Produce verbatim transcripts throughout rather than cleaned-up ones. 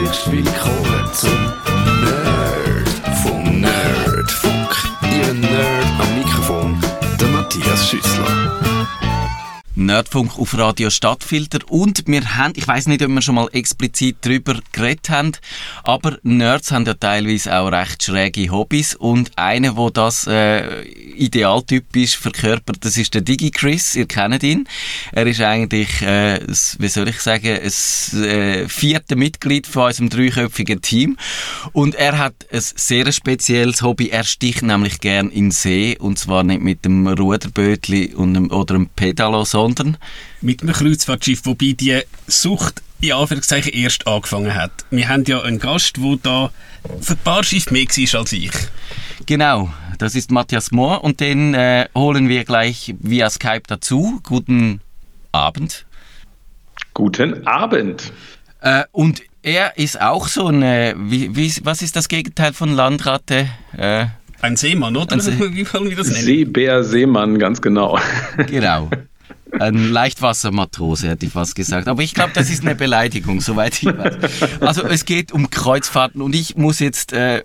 herzlichst willkommen zum Nerd vom Nerdfunk. Ihr Nerd am Mikrofon, der Matthias Schüssler. Nerdfunk auf Radio Stadtfilter und wir haben, ich weiss nicht, ob wir schon mal explizit darüber geredet haben, aber Nerds haben ja teilweise auch recht schräge Hobbys und einer, der das äh, idealtypisch verkörpert, das ist der DigiChris, ihr kennt ihn. Er ist eigentlich, äh, wie soll ich sagen, das äh, vierte Mitglied von unserem dreiköpfigen Team und er hat ein sehr spezielles Hobby, er sticht nämlich gern in den See und zwar nicht mit dem Ruderbötli und einem, oder einem Pedalo, sondern mit einem Kreuzfahrtschiff, wobei die Sucht in Anführungszeichen erst angefangen hat. Wir haben ja einen Gast, der da für ein paar Schiffe mehr war als ich. Genau, das ist Matthias Mohr und den äh, holen wir gleich via Skype dazu. Guten Abend. Guten Abend. Äh, und er ist auch so ein, äh, wie, wie, was ist das Gegenteil von Landratte? Äh, ein Seemann, oder? Ein See- wie wollen wir das nennen? Seebär, Seemann, ganz genau. Genau. Ein Leichtwassermatrose, hätte ich fast gesagt. Aber ich glaube, das ist eine Beleidigung, soweit ich weiß. Also es geht um Kreuzfahrten und ich muss jetzt, äh,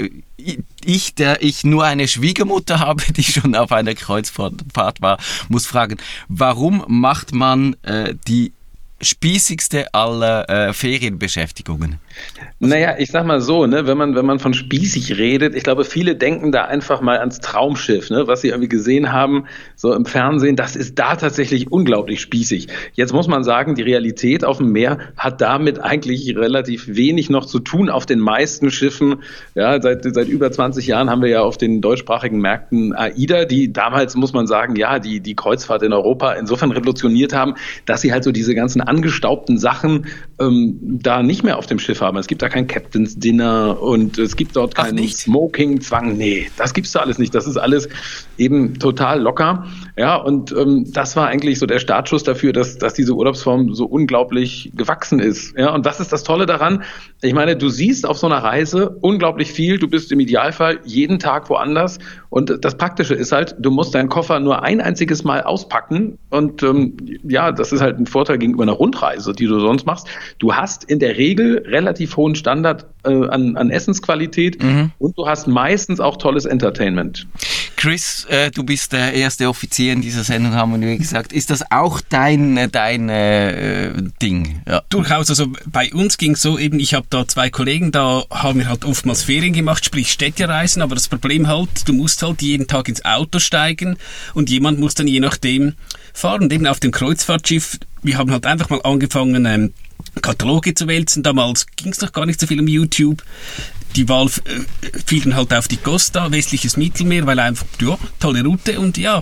ich, der ich nur eine Schwiegermutter habe, die schon auf einer Kreuzfahrt war, muss fragen, warum macht man äh, die spießigste aller äh, Ferienbeschäftigungen? Naja, ich sag mal so, ne, wenn man, wenn man von spießig redet, ich glaube, viele denken da einfach mal ans Traumschiff, ne, was sie irgendwie gesehen haben, so im Fernsehen, das ist da tatsächlich unglaublich spießig. Jetzt muss man sagen, die Realität auf dem Meer hat damit eigentlich relativ wenig noch zu tun auf den meisten Schiffen. Ja, seit, seit über zwanzig Jahren haben wir ja auf den deutschsprachigen Märkten AIDA, die damals, muss man sagen, ja, die, die Kreuzfahrt in Europa insofern revolutioniert haben, dass sie halt so diese ganzen angestaubten Sachen ähm, da nicht mehr auf dem Schiff haben. Es gibt da kein Captain's Dinner und es gibt dort keinen Smoking-Zwang. Nee, das gibt's da alles nicht. Das ist alles eben total locker. Ja, und ähm, das war eigentlich so der Startschuss dafür, dass, dass diese Urlaubsform so unglaublich gewachsen ist. Ja, und was ist das Tolle daran? Ich meine, du siehst auf so einer Reise unglaublich viel. Du bist im Idealfall jeden Tag woanders. Und das Praktische ist halt, du musst deinen Koffer nur ein einziges Mal auspacken. Und ähm, ja, das ist halt ein Vorteil gegenüber einer Rundreise, die du sonst machst. Du hast in der Regel relativ hohen Standard äh, an, an Essensqualität mhm. und du hast meistens auch tolles Entertainment. Chris, äh, du bist der erste Offizier in dieser Sendung, haben wir gesagt. Ist das auch dein, dein äh, Ding? Ja. Durchaus. Also bei uns ging es so, eben, ich habe da zwei Kollegen, da haben wir halt oftmals Ferien gemacht, sprich Städtereisen, aber das Problem halt, du musst halt jeden Tag ins Auto steigen und jemand muss dann je nachdem fahren. Und eben auf dem Kreuzfahrtschiff, wir haben halt einfach mal angefangen, ähm, Kataloge zu wälzen. Damals ging es noch gar nicht so viel um YouTube. Die Wahl äh, fiel dann halt auf die Costa, westliches Mittelmeer, weil einfach, ja, tolle Route und ja,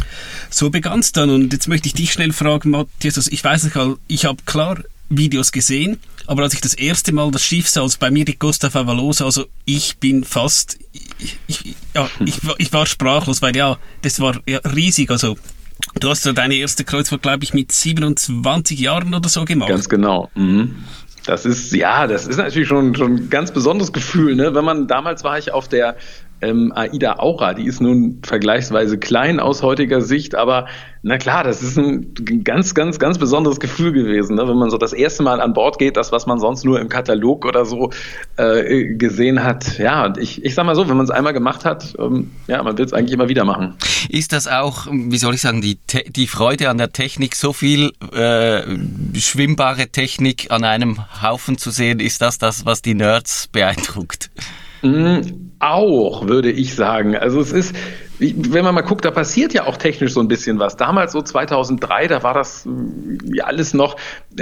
so begann es dann. Und jetzt möchte ich dich schnell fragen, Matthias, also ich weiß nicht, ich habe klar Videos gesehen, aber als ich das erste Mal das Schiff sah, also bei mir die Costa Favolosa, also ich bin fast, ich, ich, ja, ich, ich war sprachlos, weil ja, das war ja riesig, also du hast ja deine erste Kreuzfahrt, glaube ich, mit siebenundzwanzig Jahren oder so gemacht. Ganz genau. Mhm. Das ist, ja, das ist natürlich schon, schon ein ganz besonderes Gefühl, ne? Wenn man, damals war ich auf der ähm, AIDA Aura, die ist nun vergleichsweise klein aus heutiger Sicht, aber na klar, das ist ein ganz, ganz, ganz besonderes Gefühl gewesen, ne? Wenn man so das erste Mal an Bord geht, das, was man sonst nur im Katalog oder so äh, gesehen hat. Ja, und ich, ich sag mal so, wenn man es einmal gemacht hat, ähm, ja, man will es eigentlich immer wieder machen. Ist das auch, wie soll ich sagen, die, Te- die Freude an der Technik, so viel äh, schwimmbare Technik an einem Haufen zu sehen, ist das das, was die Nerds beeindruckt? Mm, auch, würde ich sagen. Also es ist, wenn man mal guckt, da passiert ja auch technisch so ein bisschen was. Damals so zweitausenddrei, da war das ja alles noch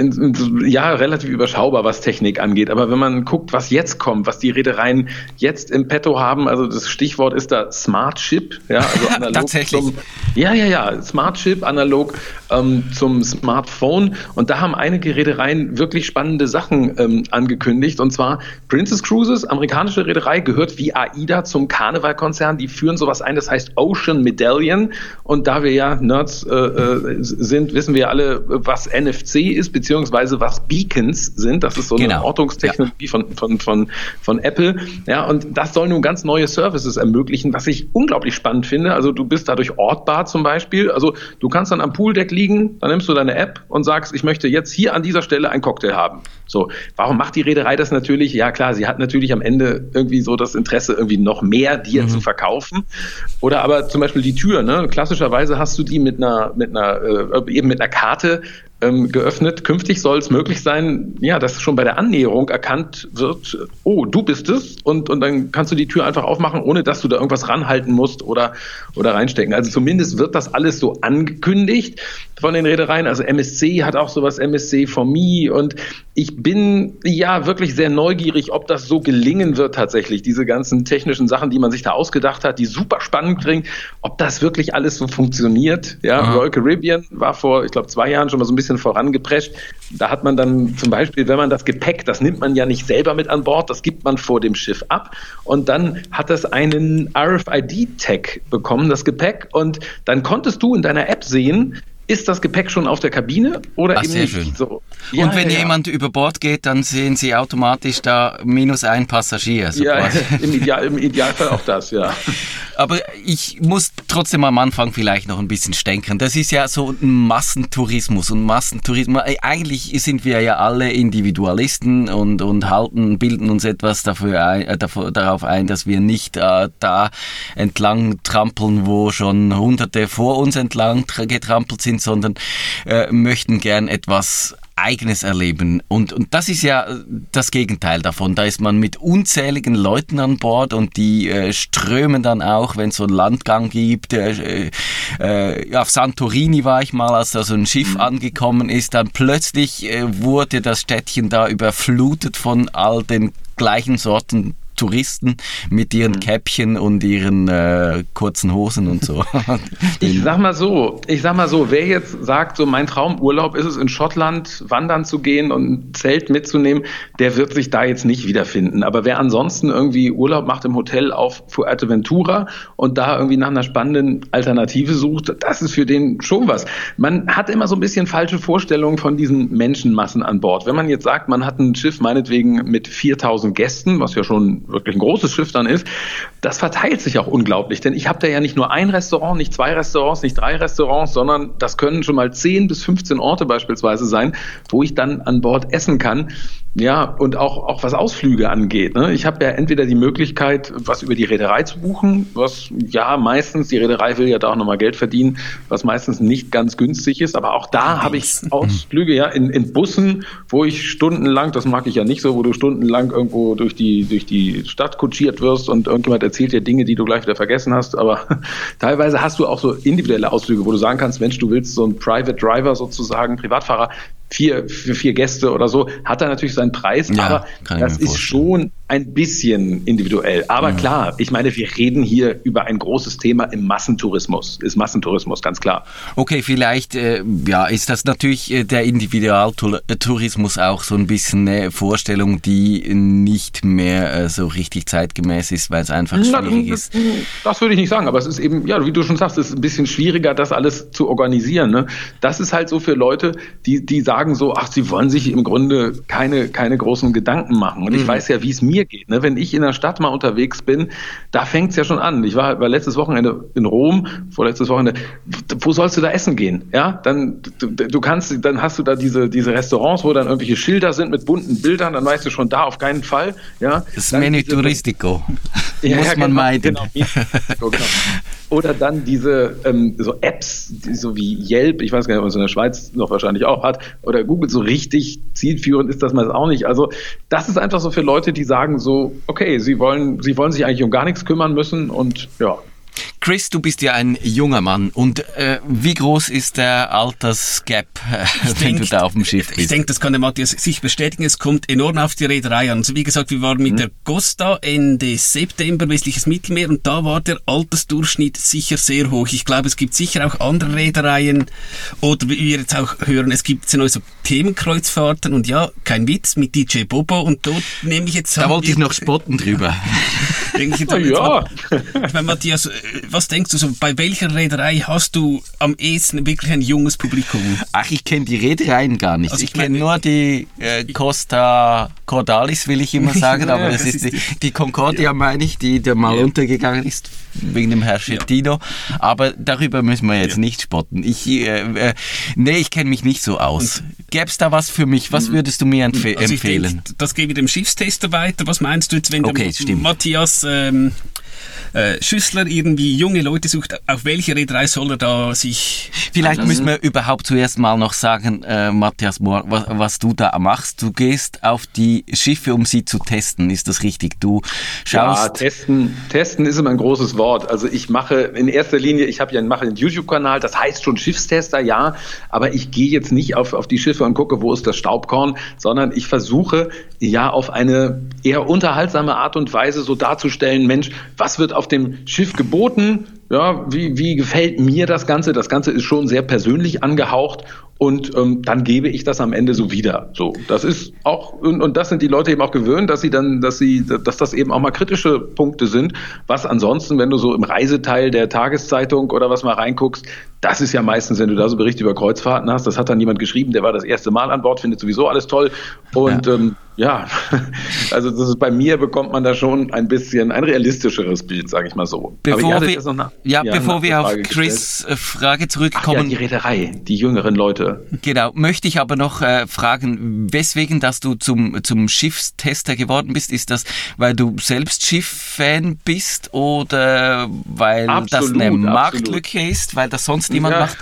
ja relativ überschaubar, was Technik angeht. Aber wenn man guckt, was jetzt kommt, was die Reedereien jetzt im Petto haben, also das Stichwort ist da Smart Ship, ja, also analog Tatsächlich. Zum, ja, ja, ja, Smart Ship analog ähm, zum Smartphone. Und da haben einige Reedereien wirklich spannende Sachen ähm, angekündigt. Und zwar Princess Cruises, amerikanische Reederei, gehört wie AIDA zum Carnival-Konzern. Die führen sowas ein, das heißt Ocean Medallion. Und da wir ja Nerds äh, sind, wissen wir alle, was N F C ist, beziehungsweise was Beacons sind. Das ist so eine Genau. Ortungstechnologie ja. von, von, von, von Apple. Ja, und das soll nun ganz neue Services ermöglichen, was ich unglaublich spannend finde. Also du bist dadurch ortbar zum Beispiel. Also du kannst dann am Pooldeck liegen, dann nimmst du deine App und sagst, ich möchte jetzt hier an dieser Stelle einen Cocktail haben. So, warum macht die Reederei das natürlich? Ja klar, sie hat natürlich am Ende irgendwie so das Interesse, irgendwie noch mehr dir mhm. zu verkaufen. Oder aber zum Beispiel die Tür, ne? Klassischerweise hast du die mit einer, mit einer, äh, eben mit einer Karte ähm, geöffnet. Künftig soll es möglich sein, ja, dass schon bei der Annäherung erkannt wird, oh, du bist es, und, und dann kannst du die Tür einfach aufmachen, ohne dass du da irgendwas ranhalten musst oder, oder reinstecken. Also zumindest wird das alles so angekündigt von den Reedereien. Also M S C hat auch sowas, M S C for Me, und ich bin ja wirklich sehr neugierig, ob das so gelingen wird tatsächlich, diese ganzen technischen Sachen, die man sich da ausgedacht hat, die super spannend klingen, ob das wirklich alles so funktioniert. Ja, Aha. Royal Caribbean war vor, ich glaube, zwei Jahren schon mal so ein bisschen vorangeprescht. Da hat man dann zum Beispiel, wenn man das Gepäck, das nimmt man ja nicht selber mit an Bord, das gibt man vor dem Schiff ab, und dann hat das einen R F I D-Tag bekommen, das Gepäck, und dann konntest du in deiner App sehen, ist das Gepäck schon auf der Kabine oder Ach, eben sehr nicht? Schön. So. Und Ja, wenn ja, jemand über Bord geht, dann sehen Sie automatisch da minus ein Passagier. So ja, quasi. im, Ideal, im Idealfall auch das, ja. Aber ich muss trotzdem am Anfang vielleicht noch ein bisschen stänkern. Das ist ja so ein Massentourismus und Massentourismus. Eigentlich sind wir ja alle Individualisten und, und halten, bilden uns etwas dafür ein, äh, dafür, darauf ein, dass wir nicht äh, da entlang trampeln, wo schon Hunderte vor uns entlang getrampelt sind, sondern äh, möchten gern etwas Eigenes erleben. Und, und das ist ja das Gegenteil davon. Da ist man mit unzähligen Leuten an Bord, und die äh, strömen dann auch, wenn es so einen Landgang gibt. Äh, äh, auf Santorini war ich mal, als da so ein Schiff mhm. angekommen ist, dann plötzlich äh, wurde das Städtchen da überflutet von all den gleichen Sorten Touristen mit ihren Käppchen und ihren äh, kurzen Hosen und so. Ich sag mal so, ich sag mal so, wer jetzt sagt, so mein Traumurlaub ist es, in Schottland wandern zu gehen und ein Zelt mitzunehmen, der wird sich da jetzt nicht wiederfinden. Aber wer ansonsten irgendwie Urlaub macht im Hotel auf Fuerteventura und da irgendwie nach einer spannenden Alternative sucht, das ist für den schon was. Man hat immer so ein bisschen falsche Vorstellungen von diesen Menschenmassen an Bord. Wenn man jetzt sagt, man hat ein Schiff meinetwegen mit viertausend Gästen, was ja schon wirklich ein großes Schiff dann ist, das verteilt sich auch unglaublich, denn ich habe da ja nicht nur ein Restaurant, nicht zwei Restaurants, nicht drei Restaurants, sondern das können schon mal zehn bis fünfzehn Orte beispielsweise sein, wo ich dann an Bord essen kann. Ja, und auch, auch was Ausflüge angeht. Ne? Ich habe ja entweder die Möglichkeit, was über die Reederei zu buchen, was ja meistens, die Reederei will ja da auch nochmal Geld verdienen, was meistens nicht ganz günstig ist, aber auch da habe ich Ausflüge ja in, in Bussen, wo ich stundenlang, das mag ich ja nicht so, wo du stundenlang irgendwo durch die, durch die Stadt kutschiert wirst und irgendjemand erzählt dir Dinge, die du gleich wieder vergessen hast, aber teilweise hast du auch so individuelle Ausflüge, wo du sagen kannst, Mensch, du willst so einen Private Driver sozusagen, Privatfahrer, Vier, für vier Gäste oder so, hat er natürlich seinen Preis, ja, aber das ist schon ein bisschen individuell. Aber mhm. klar, ich meine, wir reden hier über ein großes Thema im Massentourismus, ist Massentourismus, ganz klar. Okay, vielleicht äh, ja, ist das natürlich äh, der Individualtourismus auch so ein bisschen eine Vorstellung, die nicht mehr äh, so richtig zeitgemäß ist, weil es einfach schwierig Na, ist. Das würde ich nicht sagen, aber es ist eben, ja, wie du schon sagst, es ist ein bisschen schwieriger, das alles zu organisieren. Ne? Das ist halt so für Leute, die, die sagen so, ach, sie wollen sich im Grunde keine, keine großen Gedanken machen. Und ich mhm. weiß ja, wie es mir geht. Ne? Wenn ich in der Stadt mal unterwegs bin, da fängt es ja schon an. Ich war, war letztes Wochenende in Rom, vorletztes Wochenende. Wo sollst du da essen gehen? Ja, dann, du, du kannst, dann hast du da diese, diese Restaurants, wo dann irgendwelche Schilder sind mit bunten Bildern, dann weißt du schon, da auf keinen Fall. Ja, das Menü Touristico. Ja, muss ja, man genau, meiden. Genau, genau. Oder dann diese ähm, so Apps, die, so wie Yelp, ich weiß gar nicht, ob man es in der Schweiz noch wahrscheinlich auch hat, oder Google, so richtig zielführend ist das mal auch nicht. Also das ist einfach so für Leute, die sagen so, okay, sie wollen, sie wollen sich eigentlich um gar nichts kümmern müssen und ja. Chris, du bist ja ein junger Mann und äh, wie groß ist der Altersgap, äh, wenn denk, du da auf dem Schiff bist? Ich denke, das kann der Matthias sich bestätigen. Es kommt enorm auf die Reederei an. Also wie gesagt, wir waren mit mhm. der Costa Ende September, westliches Mittelmeer, und da war der Altersdurchschnitt sicher sehr hoch. Ich glaube, es gibt sicher auch andere Reedereien, oder wie wir jetzt auch hören, es gibt so neue Themenkreuzfahrten, und ja, kein Witz, mit D J Bobo, und dort nehme ich jetzt... Da wollte ich noch spotten drüber. Eigentlich Na ja. Ich meine, Matthias, was denkst du so, bei welcher Reederei hast du am ehesten wirklich ein junges Publikum? Ach, ich kenne die Reedereien gar nicht. Also ich ich meine- kenne nur die äh, Costa Cordalis, will ich immer sagen, aber Ja, das, das ist ist die, die Concordia, meine ich, die da mal Ja. untergegangen ist wegen dem Herr Schettino. Aber darüber müssen wir jetzt nicht spotten. Ich, äh, äh, nee, ich kenne mich nicht so aus. Gäbe es da was für mich? Was würdest du mir empfe- Also ich empfehlen? denk, das geht mit dem Schiffstester weiter. Was meinst du jetzt, wenn Okay, der stimmt. Matthias ähm, äh, Schüssler irgendwie junge Leute sucht? Auf welche Reederei soll er da sich... Vielleicht müssen wir überhaupt zuerst mal noch sagen, äh, Matthias Mohr, was, was du da machst. Du gehst auf die Schiffe, um sie zu testen. Ist das richtig? Du Ja, schaust... testen, testen ist immer ein großes Wort. Also ich mache in erster Linie, ich habe ja mache einen YouTube-Kanal, das heißt schon Schiffstester, ja, aber ich gehe jetzt nicht auf, auf die Schiffe und gucke, wo ist das Staubkorn, sondern ich versuche ja auf eine eher unterhaltsame Art und Weise so darzustellen, Mensch, was wird auf dem Schiff geboten? Ja, wie, wie gefällt mir das Ganze? Das Ganze ist schon sehr persönlich angehaucht und ähm, dann gebe ich das am Ende so wieder. So, das ist auch und, und das sind die Leute eben auch gewöhnt, dass sie dann, dass sie, dass das eben auch mal kritische Punkte sind. Was ansonsten, wenn du so im Reiseteil der Tageszeitung oder was mal reinguckst, das ist ja meistens, wenn du da so Berichte über Kreuzfahrten hast, das hat dann jemand geschrieben, der war das erste Mal an Bord, findet sowieso alles toll und Ja. ähm, ja, also das ist, bei mir bekommt man da schon ein bisschen ein realistischeres Bild, sage ich mal so. Bevor Aber ihr hattet wir, jetzt noch eine- ja, ja, bevor eine wir auf Frage gestellt. Chris' äh, Frage Ach ja, zurückkommen, die Reederei, die jüngeren Leute. genau, möchte ich aber noch äh, fragen, weswegen, dass du zum, zum Schiffstester geworden bist. Ist das, weil du selbst Schiff-Fan bist oder weil das Absolut, eine absolut. Marktlücke ist, weil das sonst niemand Ja. macht?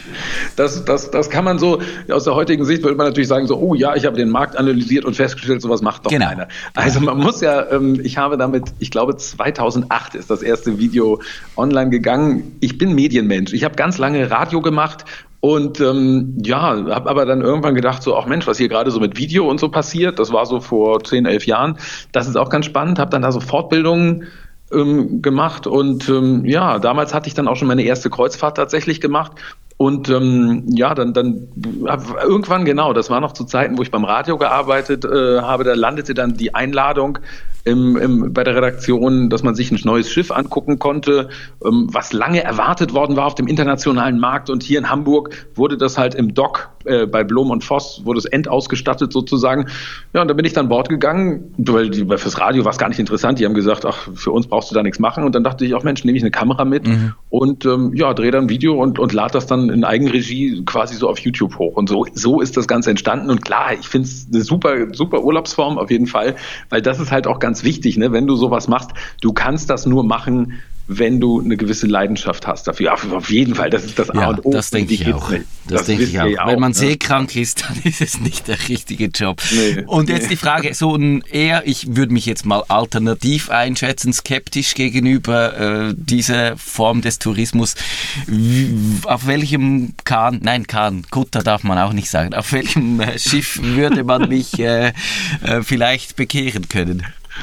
Das, das, das kann man so, aus der heutigen Sicht würde man natürlich sagen, so, oh ja, ich habe den Markt analysiert und festgestellt, sowas macht doch Genau. keiner. Also man muss ja, ähm, ich habe damit, ich glaube zweitausendacht ist das erste Video online gegangen. Ich bin Medienmensch. Ich habe ganz lange Radio gemacht und ähm, ja, habe aber dann irgendwann gedacht, so, ach Mensch, was hier gerade so mit Video und so passiert, das war so vor zehn, elf Jahren, das ist auch ganz spannend, habe dann da so Fortbildungen ähm, gemacht und ähm, ja, damals hatte ich dann auch schon meine erste Kreuzfahrt tatsächlich gemacht. Und ähm, ja, dann, dann irgendwann, genau, das war noch zu Zeiten, wo ich beim Radio gearbeitet äh, habe, da landete dann die Einladung im, im, bei der Redaktion, dass man sich ein neues Schiff angucken konnte, ähm, was lange erwartet worden war auf dem internationalen Markt. Und hier in Hamburg wurde das halt im Dock äh, bei Blom und Voss, wurde es endausgestattet sozusagen. Ja, und da bin ich dann an Bord gegangen, weil, die, weil fürs Radio war es gar nicht interessant. Die haben gesagt, ach, für uns brauchst du da nichts machen. Und dann dachte ich, ach Mensch, nehme ich eine Kamera mit mhm. und ähm, ja, drehe dann ein Video und, und lade das dann in Eigenregie quasi so auf YouTube hoch. Und so, so ist das Ganze entstanden. Und klar, ich finde es eine super, super Urlaubsform auf jeden Fall, weil das ist halt auch ganz wichtig, ne? Wenn du sowas machst, du kannst das nur machen, wenn du eine gewisse Leidenschaft hast dafür. Auf, auf jeden Fall, das ist das A Ja, und O. das denke ich auch. Das, das denke ich auch. Ja Wenn auch, man ne? seekrank ist, dann ist es nicht der richtige Job. Nee, und jetzt nee. die Frage, so ein eher, ich würde mich jetzt mal alternativ einschätzen, skeptisch gegenüber äh, dieser Form des Tourismus. Wie, auf welchem Kahn, nein Kahn, Kutter darf man auch nicht sagen, auf welchem äh, Schiff würde man mich äh, äh, vielleicht bekehren können?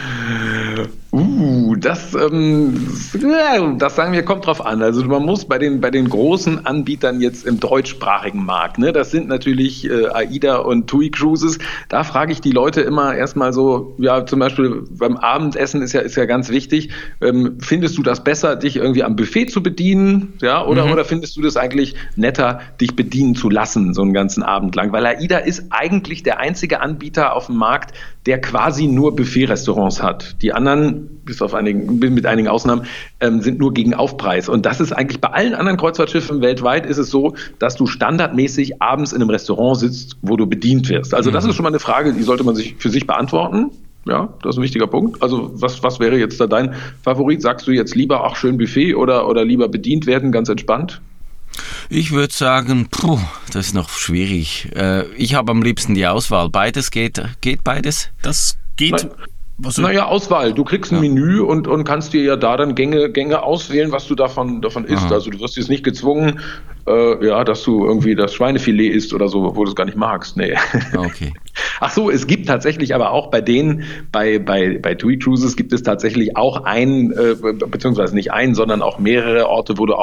Uh, das, ähm, das sagen wir, kommt drauf an. Also man muss bei den, bei den großen Anbietern jetzt im deutschsprachigen Markt, ne, das sind natürlich äh, AIDA und TUI Cruises, da frage ich die Leute immer erstmal so, ja, zum Beispiel beim Abendessen ist ja, ist ja ganz wichtig, ähm, findest du das besser, dich irgendwie am Buffet zu bedienen, ja, oder, mhm. oder findest du das eigentlich netter, dich bedienen zu lassen, so einen ganzen Abend lang? Weil AIDA ist eigentlich der einzige Anbieter auf dem Markt, der quasi nur Buffet-Restaurants hat. Die anderen, bis auf einigen, mit einigen Ausnahmen, ähm, sind nur gegen Aufpreis. Und das ist eigentlich bei allen anderen Kreuzfahrtschiffen weltweit ist es so, dass du standardmäßig abends in einem Restaurant sitzt, wo du bedient wirst. Also das ist schon mal eine Frage, die sollte man sich für sich beantworten. Ja, das ist ein wichtiger Punkt. Also was, was wäre jetzt da dein Favorit? Sagst du jetzt lieber, ach, schön Buffet oder, oder lieber bedient werden, ganz entspannt? Ich würde sagen, puh, das ist noch schwierig. Äh, ich habe am liebsten die Auswahl. Beides geht, geht beides? Das geht. Also, naja, Auswahl. Du kriegst ein ja. Menü und, und kannst dir ja da dann Gänge, Gänge auswählen, was du davon, davon isst. Aha. Also du wirst jetzt nicht gezwungen, äh, ja, dass du irgendwie das Schweinefilet isst oder so, wo du es gar nicht magst. Nee. Okay. Ach so, es gibt tatsächlich aber auch bei denen, bei, bei, bei TUI Cruises gibt es tatsächlich auch ein, äh, beziehungsweise nicht einen, sondern auch mehrere Orte, wo du auch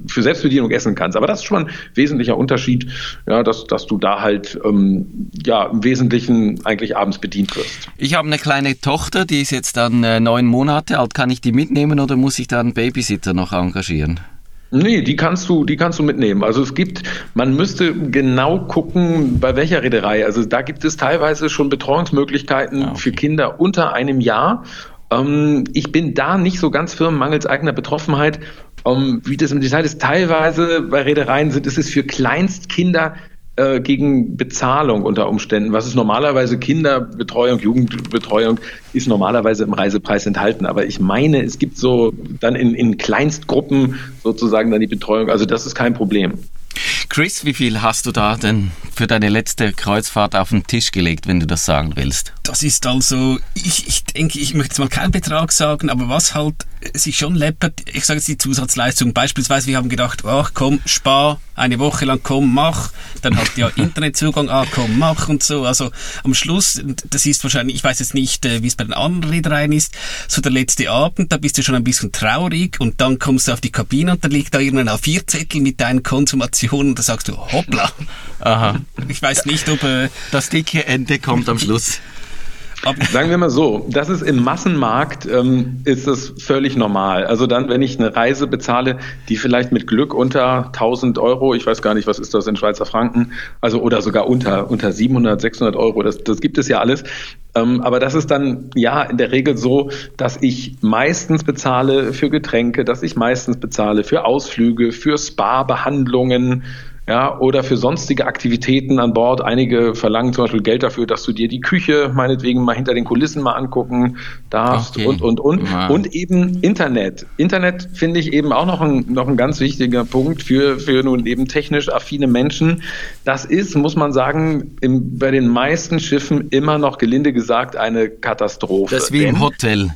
für Selbstbedienung essen kannst. Aber das ist schon ein wesentlicher Unterschied, ja, dass, dass du da halt ähm, ja, im Wesentlichen eigentlich abends bedient wirst. Ich habe eine kleine Tochter, die ist jetzt dann äh, neun Monate alt. Kann ich die mitnehmen oder muss ich da einen Babysitter noch engagieren? Nee, die kannst du, die kannst du mitnehmen. Also es gibt, man müsste genau gucken, bei welcher Reederei. Also da gibt es teilweise schon Betreuungsmöglichkeiten okay. für Kinder unter einem Jahr. Ähm, ich bin da nicht so ganz firm, mangels eigener Betroffenheit. Ähm, wie das im Detail ist, teilweise bei Reedereien sind, ist es für Kleinstkinder äh, gegen Bezahlung unter Umständen. Was ist normalerweise Kinderbetreuung, Jugendbetreuung, ist normalerweise im Reisepreis enthalten. Aber ich meine, es gibt so dann in, in Kleinstgruppen sozusagen dann die Betreuung. Also das ist kein Problem. Chris, wie viel hast du da denn für deine letzte Kreuzfahrt auf den Tisch gelegt, wenn du das sagen willst? Das ist also, ich, ich denke, ich möchte jetzt mal keinen Betrag sagen, aber was halt sich schon läppert, ich sage jetzt die Zusatzleistung, beispielsweise wir haben gedacht, ach komm, spar, eine Woche lang, komm, mach, dann hat ja Internetzugang, ah komm, mach und so, also am Schluss, das ist wahrscheinlich, ich weiß jetzt nicht, wie es bei den anderen Reedereien ist, so der letzte Abend, da bist du schon ein bisschen traurig und dann kommst du auf die Kabine und da liegt da irgendein A vier Zettel mit deinen Konsumationen und da sagst du, hoppla. Aha. Ich weiß nicht, ob... Äh, das dicke Ende kommt am Schluss. Sagen wir mal so, das ist im Massenmarkt, ähm, ist das völlig normal. Also dann, wenn ich eine Reise bezahle, die vielleicht mit Glück unter tausend Euro, ich weiß gar nicht, was ist das in Schweizer Franken, also oder sogar unter unter siebenhundert, sechshundert Euro, das, das gibt es ja alles. Ähm, aber das ist dann ja in der Regel so, dass ich meistens bezahle für Getränke, dass ich meistens bezahle für Ausflüge, für Spa-Behandlungen, ja, oder für sonstige Aktivitäten an Bord. Einige verlangen zum Beispiel Geld dafür, dass du dir die Küche meinetwegen mal hinter den Kulissen mal angucken darfst okay. und, und, und. Ja. Und eben Internet. Internet finde ich eben auch noch ein, noch ein ganz wichtiger Punkt für, für nun eben technisch affine Menschen. Das ist, muss man sagen, im, bei den meisten Schiffen immer noch gelinde gesagt eine Katastrophe. Das ist wie im Hotel.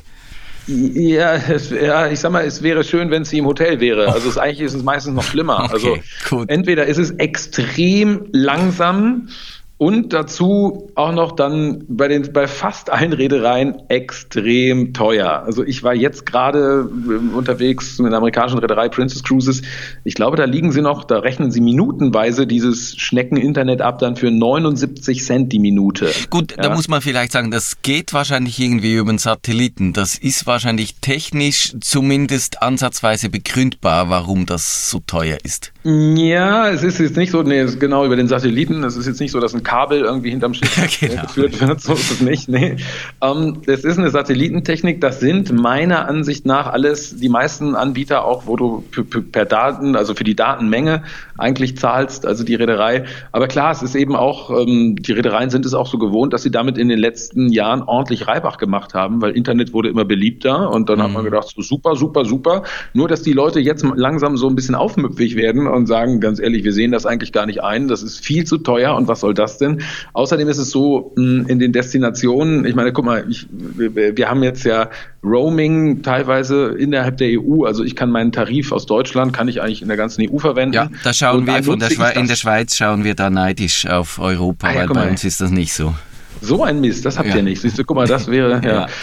Ja, es, ja, ich sag mal, es wäre schön, wenn es wie im Hotel wäre. Also es, eigentlich ist es meistens noch schlimmer. Okay, also gut. Entweder ist es extrem langsam und dazu auch noch dann bei den bei fast allen Reedereien extrem teuer. Also ich war jetzt gerade unterwegs mit einer amerikanischen Reederei Princess Cruises. Ich glaube, da liegen sie noch, da rechnen sie minutenweise dieses Schnecken-Internet ab dann für neunundsiebzig Cent die Minute. Gut, ja? Da muss man vielleicht sagen, das geht wahrscheinlich irgendwie über den Satelliten. Das ist wahrscheinlich technisch zumindest ansatzweise begründbar, warum das so teuer ist. Ja, es ist jetzt nicht so, nee, es ist genau über den Satelliten. Es ist jetzt nicht so, dass ein Kabel irgendwie hinterm Schiff ja, genau. geführt wird, so ist es nicht. Nee. Ähm, das ist eine Satellitentechnik, das sind meiner Ansicht nach alles, die meisten Anbieter auch, wo du per, per Daten, also für die Datenmenge eigentlich zahlst, also die Reederei. Aber klar, es ist eben auch, ähm, die Reedereien sind es auch so gewohnt, dass sie damit in den letzten Jahren ordentlich Reibach gemacht haben, weil Internet wurde immer beliebter und dann mhm. hat man gedacht, so super, super, super. Nur, dass die Leute jetzt langsam so ein bisschen aufmüpfig werden und sagen, ganz ehrlich, wir sehen das eigentlich gar nicht ein, das ist viel zu teuer und was soll das denn? Außerdem ist es so, in den Destinationen, ich meine, guck mal, ich, wir, wir haben jetzt ja Roaming teilweise innerhalb der E U, also ich kann meinen Tarif aus Deutschland, kann ich eigentlich in der ganzen E U verwenden. Ja, da schauen und wir von der Schweiz, in der Schweiz schauen wir da neidisch auf Europa, ah, ja, weil bei uns ist das nicht so. So ein Mist, das habt ja. ihr nicht. Siehst du, guck mal, das wäre, ja. ja.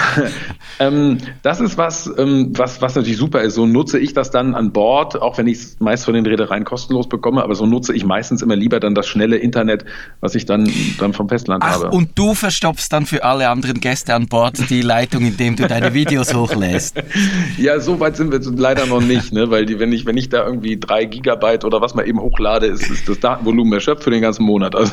ähm, das ist was, ähm, was, was natürlich super ist. So nutze ich das dann an Bord, auch wenn ich es meist von den Reedereien kostenlos bekomme, aber so nutze ich meistens immer lieber dann das schnelle Internet, was ich dann, dann vom Festland Ach, habe. Und du verstopfst dann für alle anderen Gäste an Bord die Leitung, indem du deine Videos hochlässt. Ja, so weit sind wir leider noch nicht, ne? Weil die, wenn ich, wenn ich da irgendwie drei Gigabyte oder was man eben hochlade, ist, ist das Datenvolumen erschöpft für den ganzen Monat. Also.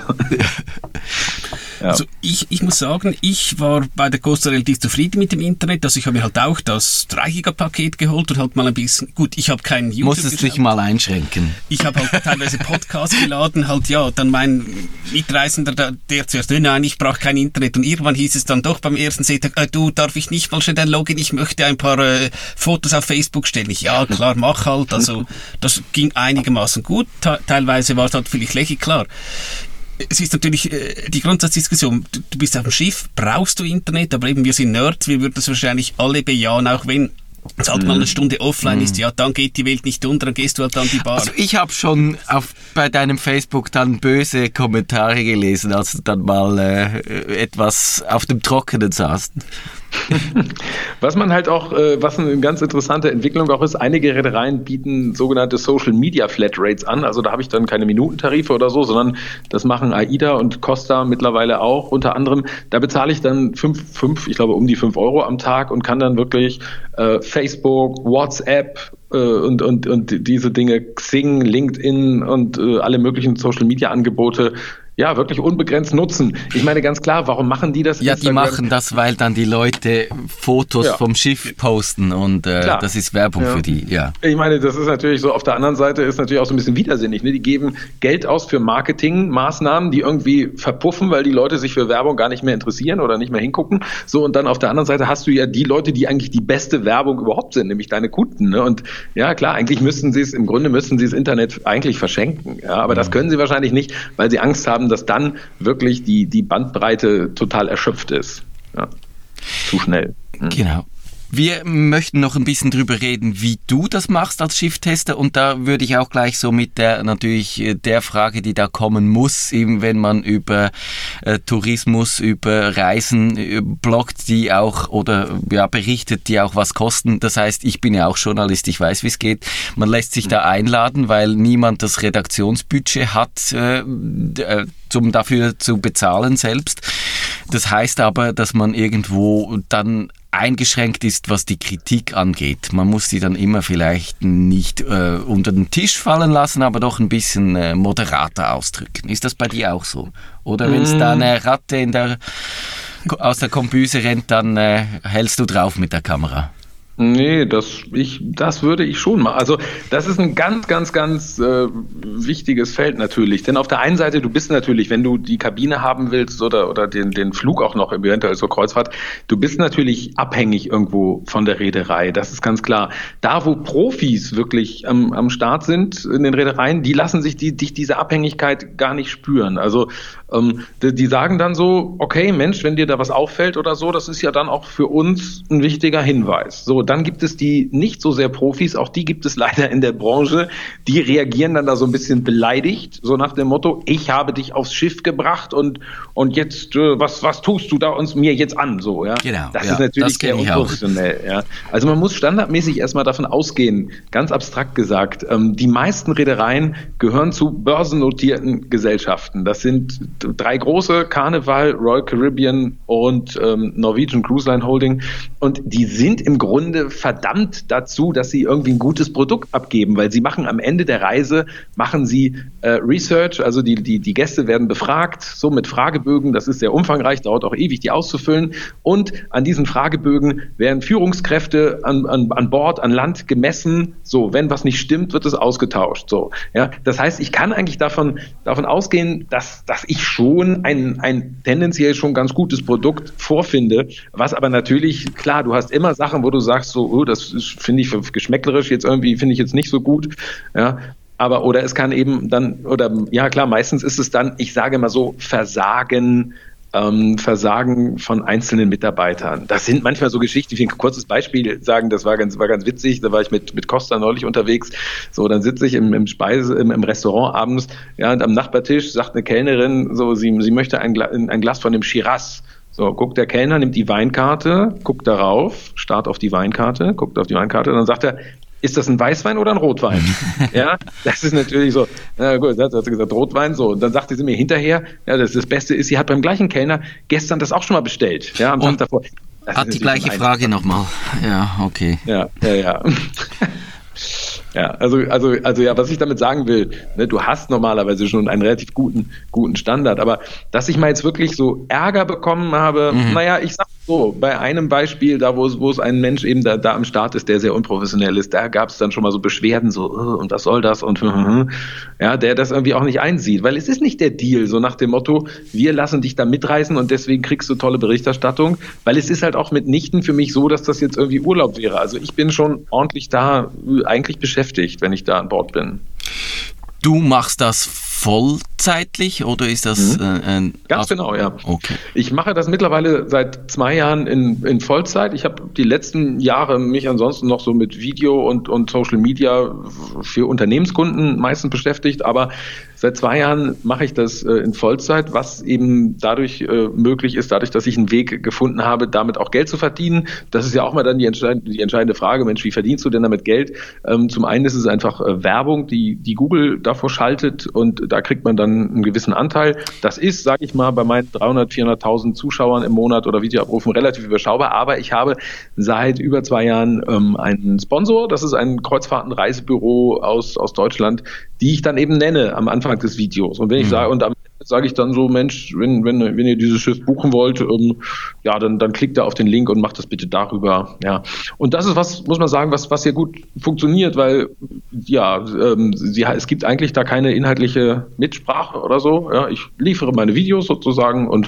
Ja. Also ich, ich muss sagen, ich war bei der Costa relativ zufrieden mit dem Internet. Also ich habe mir halt auch das drei Gigabyte Paket geholt und halt mal ein bisschen, gut, ich habe keinen YouTube Musstest geschaut. Dich mal einschränken. Ich habe halt teilweise Podcasts geladen, halt ja, dann mein Mitreisender, der, der zuerst, nein, ich brauche kein Internet und irgendwann hieß es dann doch beim ersten Sehtag, äh, du, darf ich nicht mal schnell dein Login, ich möchte ein paar äh, Fotos auf Facebook stellen. Ich, ja, klar, mach halt. Also das ging einigermaßen gut. Te- teilweise war es halt vielleicht lächerlich, klar. Es ist natürlich äh, die Grundsatzdiskussion, du, du bist auf dem Schiff, brauchst du Internet, aber eben wir sind Nerds, wir würden das wahrscheinlich alle bejahen, auch wenn es halt mal eine Stunde offline mm. ist, ja, dann geht die Welt nicht unter, dann gehst du halt an die Bar. Also ich habe schon auf, bei deinem Facebook dann böse Kommentare gelesen, als du dann mal äh, etwas auf dem Trockenen saßt. Was man halt auch, äh, was eine ganz interessante Entwicklung auch ist, einige Reedereien bieten sogenannte Social Media Flatrates an. Also da habe ich dann keine Minutentarife oder so, sondern das machen AIDA und Costa mittlerweile auch unter anderem. Da bezahle ich dann fünf, fünf, ich glaube um die fünf Euro am Tag und kann dann wirklich äh, Facebook, WhatsApp äh, und, und, und diese Dinge, Xing, LinkedIn und äh, alle möglichen Social Media Angebote ja, wirklich unbegrenzt nutzen. Ich meine ganz klar, warum machen die das? Ja, die machen das, weil dann die Leute Fotos ja. vom Schiff posten und äh, das ist Werbung ja. für die. Ja. Ich meine, das ist natürlich so, auf der anderen Seite ist natürlich auch so ein bisschen widersinnig. Ne? Die geben Geld aus für Marketingmaßnahmen, die irgendwie verpuffen, weil die Leute sich für Werbung gar nicht mehr interessieren oder nicht mehr hingucken. So, und dann auf der anderen Seite hast du ja die Leute, die eigentlich die beste Werbung überhaupt sind, nämlich deine Kunden. Ne? Und ja, klar, eigentlich müssten sie es, im Grunde müssten sie das Internet eigentlich verschenken. Ja? Aber mhm. das können sie wahrscheinlich nicht, weil sie Angst haben, dass dann wirklich die, die Bandbreite total erschöpft ist. Ja. Zu schnell. Mhm. Genau. Wir möchten noch ein bisschen drüber reden, wie du das machst als Schifftester, und da würde ich auch gleich so mit der natürlich der Frage, die da kommen muss, eben wenn man über äh, Tourismus, über Reisen äh, bloggt, die auch oder ja berichtet, die auch was kosten. Das heißt, ich bin ja auch Journalist, ich weiß, wie es geht. Man lässt sich da einladen, weil niemand das Redaktionsbudget hat, äh, äh, um dafür zu bezahlen selbst. Das heißt aber, dass man irgendwo dann eingeschränkt ist, was die Kritik angeht. Man muss sie dann immer vielleicht nicht äh, unter den Tisch fallen lassen, aber doch ein bisschen äh, moderater ausdrücken. Ist das bei dir auch so? Oder wenn es mm. da eine Ratte in der, aus der Kombüse rennt, dann äh, hältst du drauf mit der Kamera? Nee, das, ich, das würde ich schon machen. Also das ist ein ganz, ganz, ganz äh, wichtiges Feld natürlich. Denn auf der einen Seite, du bist natürlich, wenn du die Kabine haben willst oder, oder den, den Flug auch noch eventuell zur Kreuzfahrt, du bist natürlich abhängig irgendwo von der Reederei. Das ist ganz klar. Da, wo Profis wirklich am, am Start sind in den Reedereien, die lassen sich die, die, diese Abhängigkeit gar nicht spüren. Also ähm, die, die sagen dann so, okay, Mensch, wenn dir da was auffällt oder so, das ist ja dann auch für uns ein wichtiger Hinweis. So, dann gibt es die nicht so sehr Profis, auch die gibt es leider in der Branche, die reagieren dann da so ein bisschen beleidigt, so nach dem Motto, ich habe dich aufs Schiff gebracht und, und jetzt, äh, was, was tust du da uns mir jetzt an, so, ja. Genau, das ja, ist natürlich sehr unprofessionell, ja. Also man muss standardmäßig erstmal davon ausgehen, ganz abstrakt gesagt, ähm, die meisten Reedereien gehören zu börsennotierten Gesellschaften. Das sind drei große, Carnival, Royal Caribbean und ähm, Norwegian Cruise Line Holding, und die sind im Grunde verdammt dazu, dass sie irgendwie ein gutes Produkt abgeben, weil sie machen am Ende der Reise, machen sie äh, Research, also die, die, die Gäste werden befragt, so mit Fragebögen, das ist sehr umfangreich, dauert auch ewig, die auszufüllen, und an diesen Fragebögen werden Führungskräfte an, an, an Bord, an Land gemessen, so, wenn was nicht stimmt, wird es ausgetauscht, so, ja, das heißt, ich kann eigentlich davon, davon ausgehen, dass, dass ich schon ein, ein tendenziell schon ganz gutes Produkt vorfinde, was aber natürlich, klar, du hast immer Sachen, wo du sagst, so, oh, das finde ich geschmäcklerisch jetzt irgendwie, finde ich jetzt nicht so gut, ja, aber, oder es kann eben dann, oder, ja klar, meistens ist es dann, ich sage mal so, Versagen, ähm, Versagen von einzelnen Mitarbeitern. Das sind manchmal so Geschichten, ich will ein kurzes Beispiel sagen, das war ganz, war ganz witzig, da war ich mit, mit Costa neulich unterwegs, so, dann sitze ich im, im Speise, im, im Restaurant abends, ja, und am Nachbartisch sagt eine Kellnerin, so, sie, sie möchte ein, Gla- ein Glas von dem Shiraz. So, guckt der Kellner, nimmt die Weinkarte, guckt darauf, starrt auf die Weinkarte, guckt auf die Weinkarte und dann sagt er, ist das ein Weißwein oder ein Rotwein? Ja, das ist natürlich so, na gut, hat sie gesagt, Rotwein, so. Und dann sagte sie mir hinterher, ja, das, das Beste ist, sie hat beim gleichen Kellner gestern das auch schon mal bestellt, ja, am Tag davor. Das hat die gleiche Frage nochmal. Ja, okay. Ja, ja, ja. Ja, also, also, also ja, was ich damit sagen will, ne, du hast normalerweise schon einen relativ guten, guten Standard, aber dass ich mal jetzt wirklich so Ärger bekommen habe, mhm. naja, ich sag so, bei einem Beispiel, da wo es, wo es ein Mensch eben da, da am Start ist, der sehr unprofessionell ist, da gab es dann schon mal so Beschwerden, so, oh, und was soll das und ja, der das irgendwie auch nicht einsieht, weil es ist nicht der Deal, so nach dem Motto, wir lassen dich da mitreisen und deswegen kriegst du tolle Berichterstattung, weil es ist halt auch mitnichten für mich so, dass das jetzt irgendwie Urlaub wäre. Also ich bin schon ordentlich da eigentlich beschäftigt, wenn ich da an Bord bin. Du machst das vollzeitlich oder ist das mhm. äh, ein... Ganz genau, ja. Okay. Ich mache das mittlerweile seit zwei Jahren in, in Vollzeit. Ich habe die letzten Jahre mich ansonsten noch so mit Video und, und Social Media für Unternehmenskunden meistens beschäftigt, aber Seit zwei Jahren mache ich das äh, in Vollzeit, was eben dadurch äh, möglich ist, dadurch, dass ich einen Weg gefunden habe, damit auch Geld zu verdienen. Das ist ja auch mal dann die entscheidende, die entscheidende Frage, Mensch, wie verdienst du denn damit Geld? Ähm, zum einen ist es einfach äh, Werbung, die, die Google davor schaltet und da kriegt man dann einen gewissen Anteil. Das ist, sage ich mal, bei meinen dreihundert, vierhunderttausend Zuschauern im Monat oder Videoabrufen relativ überschaubar, aber ich habe seit über zwei Jahren ähm, einen Sponsor, das ist ein Kreuzfahrtenreisebüro aus, aus Deutschland, die ich dann eben nenne am Anfang des Videos. Und wenn ich mhm. sage, und am Ende sage ich dann so, Mensch, wenn, wenn, wenn ihr dieses Schiff buchen wollt, ähm, ja, dann, dann klickt da auf den Link und macht das bitte darüber. Ja. Und das ist was, muss man sagen, was, was hier gut funktioniert, weil ja, ähm, sie, es gibt eigentlich da keine inhaltliche Mitsprache oder so. Ja. Ich liefere meine Videos sozusagen und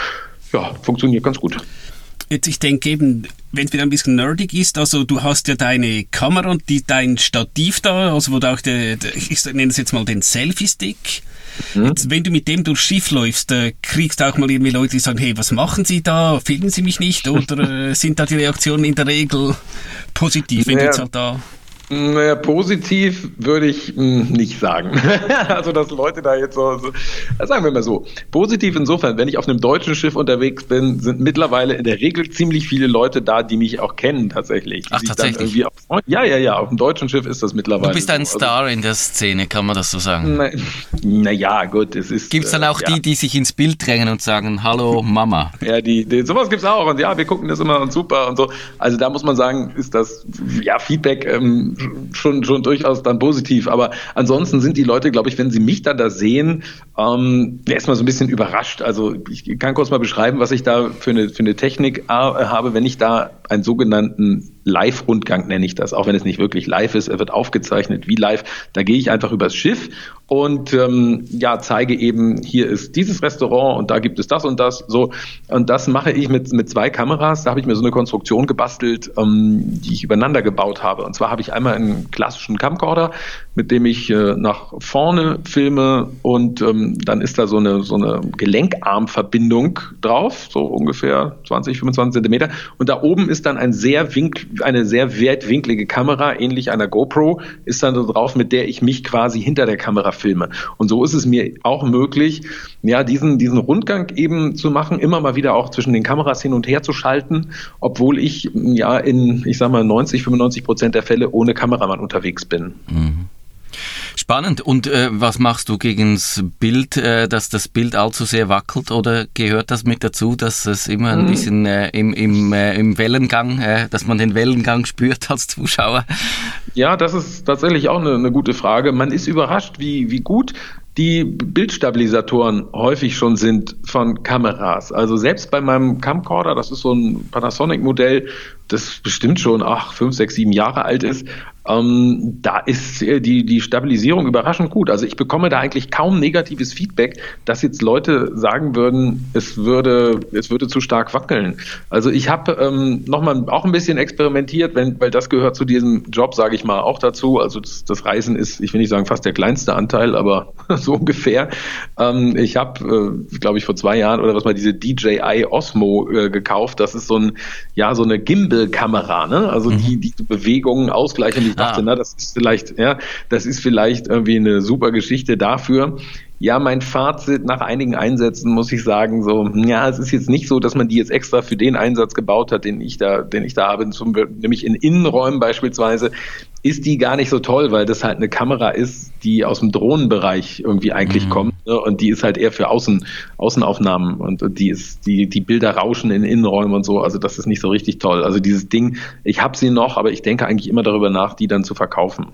ja, funktioniert ganz gut. Jetzt, ich denke eben, wenn es wieder ein bisschen nerdig ist, also du hast ja deine Kamera und die, dein Stativ da, also wo du auch, der, der, ich nenne es jetzt mal den Selfie-Stick. Mhm. Jetzt, wenn du mit dem durchs Schiff läufst, äh, kriegst du auch mal irgendwie Leute, die sagen, hey, was machen Sie da? Filmen Sie mich nicht? Oder äh, sind da die Reaktionen in der Regel positiv, wenn ja. du jetzt halt da... Naja, positiv würde ich mh, nicht sagen. Also, dass Leute da jetzt so, so, sagen wir mal so, positiv insofern, wenn ich auf einem deutschen Schiff unterwegs bin, sind mittlerweile in der Regel ziemlich viele Leute da, die mich auch kennen tatsächlich. Ach, tatsächlich? Auf, ja, ja, ja, auf dem deutschen Schiff ist das mittlerweile. Du bist ein so. Star also, in der Szene, kann man das so sagen? Naja, na gut, es ist... Gibt es dann auch äh, die, ja. die sich ins Bild drängen und sagen, hallo Mama? Ja, die, die sowas gibt's auch und ja, wir gucken das immer und super und so. Also da muss man sagen, ist das, ja, Feedback ähm, schon, schon durchaus dann positiv. Aber ansonsten sind die Leute, glaube ich, wenn sie mich dann da sehen, ähm, erstmal so ein bisschen überrascht. Also ich kann kurz mal beschreiben, was ich da für eine, für eine Technik äh, habe, wenn ich da einen sogenannten Live-Rundgang nenne ich das, auch wenn es nicht wirklich live ist, er wird aufgezeichnet wie live. Da gehe ich einfach übers Schiff und ähm, ja, zeige eben, hier ist dieses Restaurant und da gibt es das und das. So, und das mache ich mit, mit zwei Kameras. Da habe ich mir so eine Konstruktion gebastelt, ähm, die ich übereinander gebaut habe. Und zwar habe ich einmal einen klassischen Camcorder, mit dem ich äh, nach vorne filme und ähm, dann ist da so eine, so eine Gelenkarmverbindung drauf, so ungefähr zwanzig, fünfundzwanzig Zentimeter. Und da oben ist dann ein sehr wink, eine sehr weitwinklige Kamera, ähnlich einer GoPro, ist dann so drauf, mit der ich mich quasi hinter der Kamera filme. Und so ist es mir auch möglich, ja, diesen, diesen Rundgang eben zu machen, immer mal wieder auch zwischen den Kameras hin und her zu schalten, obwohl ich ja in, ich sag mal, neunzig, fünfundneunzig Prozent der Fälle ohne Kameramann unterwegs bin. Mhm. Spannend. Und äh, was machst du gegen das Bild, äh, dass das Bild allzu sehr wackelt, oder gehört das mit dazu, dass es immer ein mhm. bisschen äh, im, im, äh, im Wellengang, äh, dass man den Wellengang spürt als Zuschauer? Ja, das ist tatsächlich auch eine, eine gute Frage. Man ist überrascht, wie, wie gut die Bildstabilisatoren häufig schon sind von Kameras. Also selbst bei meinem Camcorder, das ist so ein Panasonic-Modell, das bestimmt schon ach, fünf, sechs, sieben Jahre alt ist, ähm, da ist die, die Stabilisierung überraschend gut. Also ich bekomme da eigentlich kaum negatives Feedback, dass jetzt Leute sagen würden, es würde, es würde zu stark wackeln. Also ich habe ähm, nochmal auch ein bisschen experimentiert, wenn, weil das gehört zu diesem Job, sage ich mal, auch dazu. Also das, das Reisen ist, ich will nicht sagen fast der kleinste Anteil, aber so ungefähr. Ähm, ich habe, äh, glaube ich, vor zwei Jahren oder was mal diese D J I Osmo äh, gekauft. Das ist so ein, ja, so eine Gimbal-Kamera, ne? Also mhm. die, die Bewegungen ausgleichen. Ich dachte, ah. na, das ist vielleicht, ja, das ist vielleicht irgendwie eine super Geschichte dafür. Ja, mein Fazit nach einigen Einsätzen muss ich sagen, so, ja, es ist jetzt nicht so, dass man die jetzt extra für den Einsatz gebaut hat, den ich da, den ich da habe, zum, nämlich in Innenräumen beispielsweise, ist die gar nicht so toll, weil das halt eine Kamera ist, die aus dem Drohnenbereich irgendwie eigentlich mhm. kommt, ne? Und die ist halt eher für Außen, Außenaufnahmen und, und die ist, die, die Bilder rauschen in Innenräumen und so, also das ist nicht so richtig toll. Also dieses Ding, ich habe sie noch, aber ich denke eigentlich immer darüber nach, die dann zu verkaufen.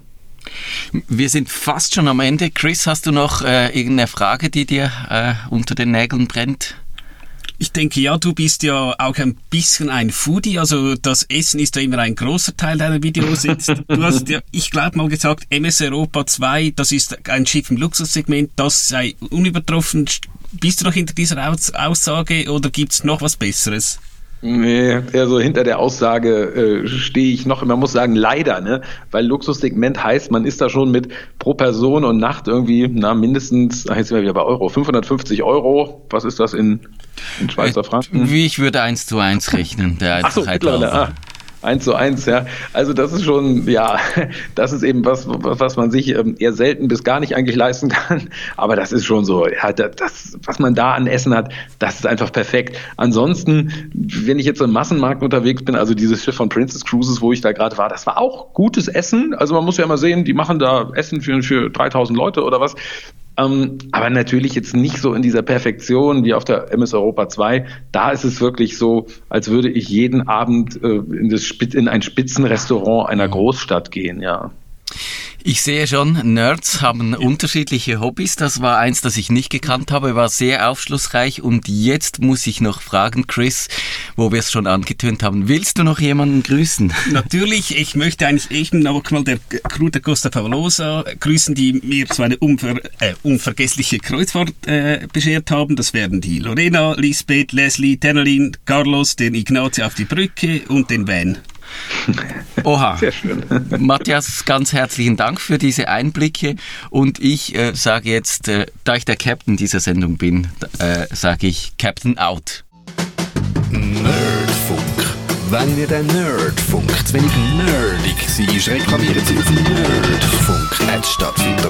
Wir sind fast schon am Ende. Chris, hast du noch äh, irgendeine Frage, die dir äh, unter den Nägeln brennt? Ich denke, ja, du bist ja auch ein bisschen ein Foodie, also das Essen ist ja immer ein großer Teil deiner Videos. Du hast ja, ich glaube mal gesagt, M S Europa zwei, das ist ein Schiff im Luxussegment, das sei unübertroffen. Bist du noch hinter dieser Aus- Aussage oder gibt es noch was Besseres? Nee, also hinter der Aussage äh, stehe ich noch, man muss sagen leider, ne, weil Luxussegment heißt, man ist da schon mit pro Person und Nacht irgendwie, na mindestens, ach jetzt sind wir wieder bei Euro, fünfhundertfünfzig Euro, was ist das in, in Schweizer Franken? Wie ich würde eins zu eins rechnen, der Ach so, Einfachheit halber. Ah. Eins zu eins, ja. Also das ist schon, ja, das ist eben was, was man sich eher selten bis gar nicht eigentlich leisten kann. Aber das ist schon so, ja, das, was man da an Essen hat, das ist einfach perfekt. Ansonsten, wenn ich jetzt im Massenmarkt unterwegs bin, also dieses Schiff von Princess Cruises, wo ich da gerade war, das war auch gutes Essen. Also man muss ja mal sehen, die machen da Essen für, für dreitausend Leute oder was. Ähm, aber natürlich jetzt nicht so in dieser Perfektion wie auf der M S Europa zwei. Da ist es wirklich so, als würde ich jeden Abend äh, in, das Spitz, in ein Spitzenrestaurant einer Großstadt gehen, ja. Ich sehe schon, Nerds haben unterschiedliche Hobbys. Das war eins, das ich nicht gekannt habe, war sehr aufschlussreich. Und jetzt muss ich noch fragen, Chris, wo wir es schon angetönt haben, willst du noch jemanden grüßen? Natürlich, ich möchte eigentlich eben noch mal der Crew der Costa Favolosa grüßen, die mir so eine unver, äh, unvergessliche Kreuzfahrt äh, beschert haben. Das wären die Lorena, Lisbeth, Leslie, Tennelin, Carlos, den Ignazio auf die Brücke und den Van. Oha. Sehr schön. Matthias, ganz herzlichen Dank für diese Einblicke und ich äh, sage jetzt, äh, da ich der Captain dieser Sendung bin, äh, sage ich Captain out. Nerdfunk. Wenn ihr den Nerdfunk zu wenig nerdig seid, reklamiert sie auf nerdfunk at stadtfilter